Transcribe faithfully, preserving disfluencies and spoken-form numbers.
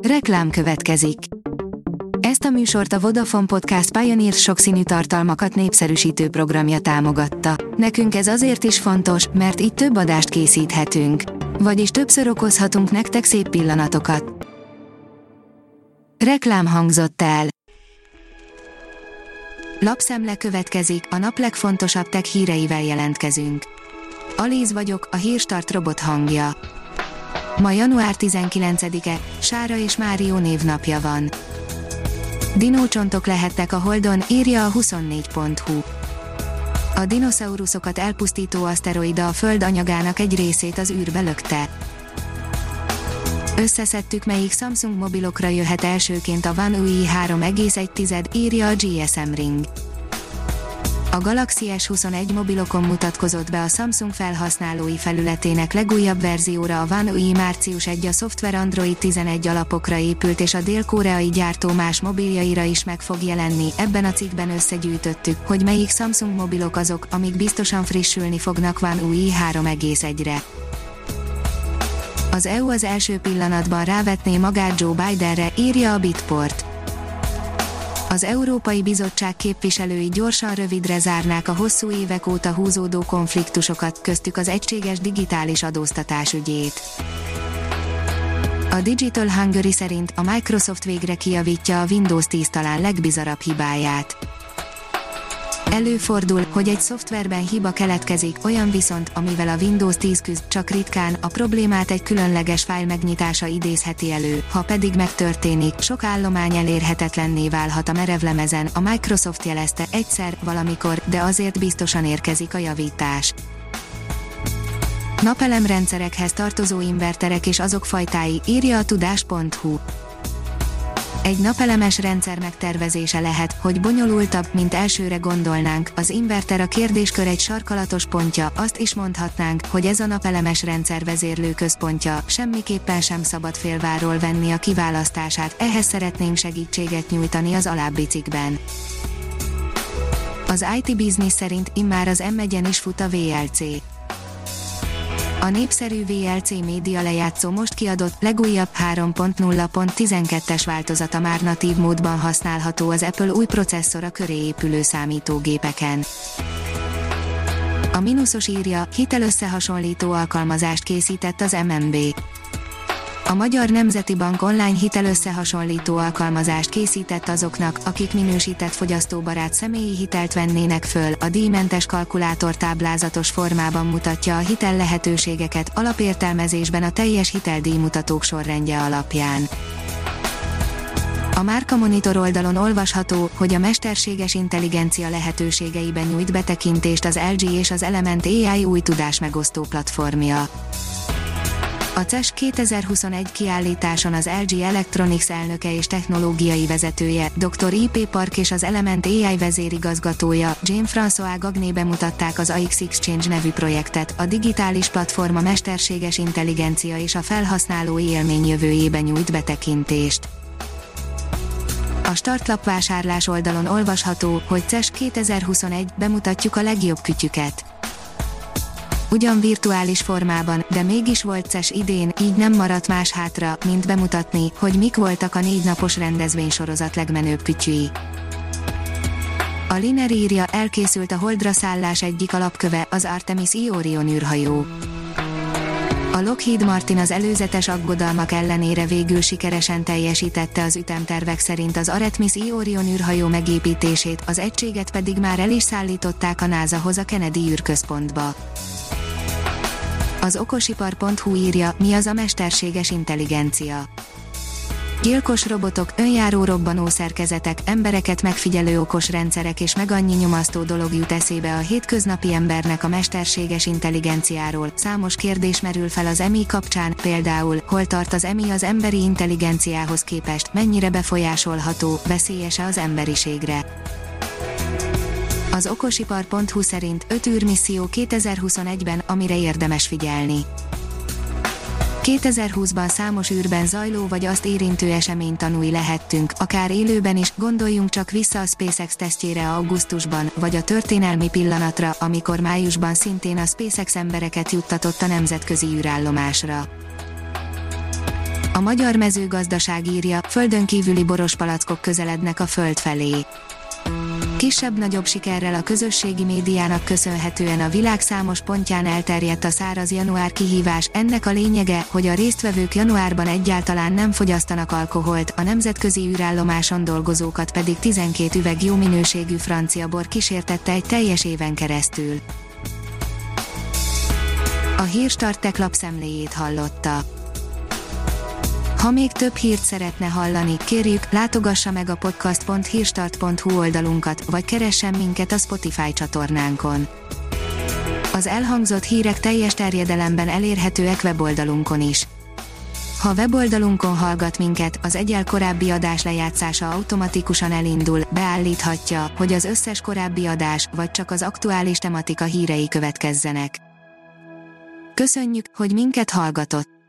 Reklám következik. Ezt a műsort a Vodafone Podcast Pioneer sokszínű tartalmakat népszerűsítő programja támogatta. Nekünk ez azért is fontos, mert így több adást készíthetünk. Vagyis többször okozhatunk nektek szép pillanatokat. Reklám hangzott el. Lapszemle következik, a nap legfontosabb tech híreivel jelentkezünk. Alíz vagyok, a Hírstart robot hangja. Ma január tizenkilencedike, Sára és Márió névnapja van. Dinócsontok lehettek a Holdon, írja a huszonnégy pont hu. A dinoszauruszokat elpusztító aszteroida a Föld anyagának egy részét az űrbe lökte. Összeszedtük, melyik Samsung mobilokra jöhet elsőként a One U I három egész egy, írja a gé es em Ring. A Galaxy S huszonegy mobilokon mutatkozott be a Samsung felhasználói felületének legújabb verzióra a One U I március elsején, a szoftver Android tizenegy alapokra épült és a dél-koreai gyártó más mobiljaira is meg fog jelenni. Ebben a cikkben összegyűjtöttük, hogy melyik Samsung mobilok azok, amik biztosan frissülni fognak One U I három egész egyre. Az é u az első pillanatban rávetné magát Joe Bidenre, írja a Bitport. Az Európai Bizottság képviselői gyorsan rövidre zárnák a hosszú évek óta húzódó konfliktusokat, köztük az egységes digitális adóztatás ügyét. A Digital Hungary szerint a Microsoft végre kijavítja a Windows tíz talán legbizarabb hibáját. Előfordul, hogy egy szoftverben hiba keletkezik, olyan viszont, amivel a Windows tíz küzd, csak ritkán, a problémát egy különleges fájl megnyitása idézheti elő, ha pedig megtörténik, sok állomány elérhetetlenné válhat a merevlemezen. A Microsoft jelezte, egyszer, valamikor, de azért biztosan érkezik a javítás. Napelemrendszerekhez tartozó inverterek és azok fajtái, írja a tudás pont hu. Egy napelemes rendszer megtervezése lehet, hogy bonyolultabb, mint elsőre gondolnánk. Az inverter a kérdéskör egy sarkalatos pontja, azt is mondhatnánk, hogy ez a napelemes rendszer vezérlő központja, semmiképpen sem szabad félváról venni a kiválasztását, ehhez szeretnénk segítséget nyújtani az alábbi cikkben. Az i té Business szerint immár az em egyen is fut a vé el cé. A népszerű vé el cé média lejátszó most kiadott, legújabb három pont nulla pont tizenkettes változata már natív módban használható az Apple új processzora köré épülő számítógépeken. A mínuszos írja, hitelösszehasonlító alkalmazást készített az em en bé. A Magyar Nemzeti Bank online hitelösszehasonlító alkalmazást készített azoknak, akik minősített fogyasztóbarát személyi hitelt vennének föl. A díjmentes kalkulátor táblázatos formában mutatja a hitel lehetőségeket, alapértelmezésben a teljes hiteldíjmutatók sorrendje alapján. A Márka Monitor oldalon olvasható, hogy a mesterséges intelligencia lehetőségeiben nyújt betekintést az el gé és az Element á i új tudásmegosztó platformja. A cé e es kétezer-huszonegy kiállításon az el gé Electronics elnöke és technológiai vezetője, doktor i pé Park és az Element á i vezérigazgatója, Jean-François Gagné bemutatták az á iksz Exchange nevű projektet. A digitális platforma mesterséges intelligencia és a felhasználói élmény jövőjébe nyújt betekintést. A startlap vásárlás oldalon olvasható, hogy cé e es kétezer-huszonegy, bemutatjuk a legjobb kütyüket. Ugyan virtuális formában, de mégis volt cé e es idén, így nem maradt más hátra, mint bemutatni, hogy mik voltak a négy napos rendezvénysorozat legmenőbb kütyűi. A Liner írja, elkészült a Holdra szállás egyik alapköve, az Artemis I Orion űrhajó. A Lockheed Martin az előzetes aggodalmak ellenére végül sikeresen teljesítette az ütemtervek szerint az Artemis I Orion űrhajó megépítését, az egységet pedig már el is szállították a nászához a Kennedy űrközpontba. Az okosipar pont hu írja, mi az a mesterséges intelligencia. Gyilkos robotok, önjáró robbanószerkezetek, embereket megfigyelő okos rendszerek és meg annyi nyomasztó dolog jut eszébe a hétköznapi embernek a mesterséges intelligenciáról. Számos kérdés merül fel az em i kapcsán, például, hol tart az em i az emberi intelligenciához képest, mennyire befolyásolható, veszélyes-e az emberiségre. Az okosipar pont hu szerint öt űrmisszió kétezer-huszonegyben, amire érdemes figyelni. kétezer-húszban számos űrben zajló vagy azt érintő esemény tanúi lehettünk, akár élőben is, gondoljunk csak vissza a SpaceX tesztjére augusztusban, vagy a történelmi pillanatra, amikor májusban szintén a SpaceX embereket juttatott a nemzetközi űrállomásra. A Magyar Mezőgazdaság írja, földön kívüli borospalackok közelednek a föld felé. Kisebb-nagyobb sikerrel a közösségi médiának köszönhetően a világ számos pontján elterjedt a száraz január kihívás, ennek a lényege, hogy a résztvevők januárban egyáltalán nem fogyasztanak alkoholt, a nemzetközi űrállomáson dolgozókat pedig tizenkét üveg jó minőségű francia bor kísértette egy teljes éven keresztül. A Hírstart Tech lapszemléjét hallotta. Ha még több hírt szeretne hallani, kérjük, látogassa meg a podcast pont hírstart pont hu oldalunkat, vagy keressen minket a Spotify csatornánkon. Az elhangzott hírek teljes terjedelemben elérhetőek weboldalunkon is. Ha weboldalunkon hallgat minket, az egyel korábbi adás lejátszása automatikusan elindul, beállíthatja, hogy az összes korábbi adás, vagy csak az aktuális tematika hírei következzenek. Köszönjük, hogy minket hallgatott!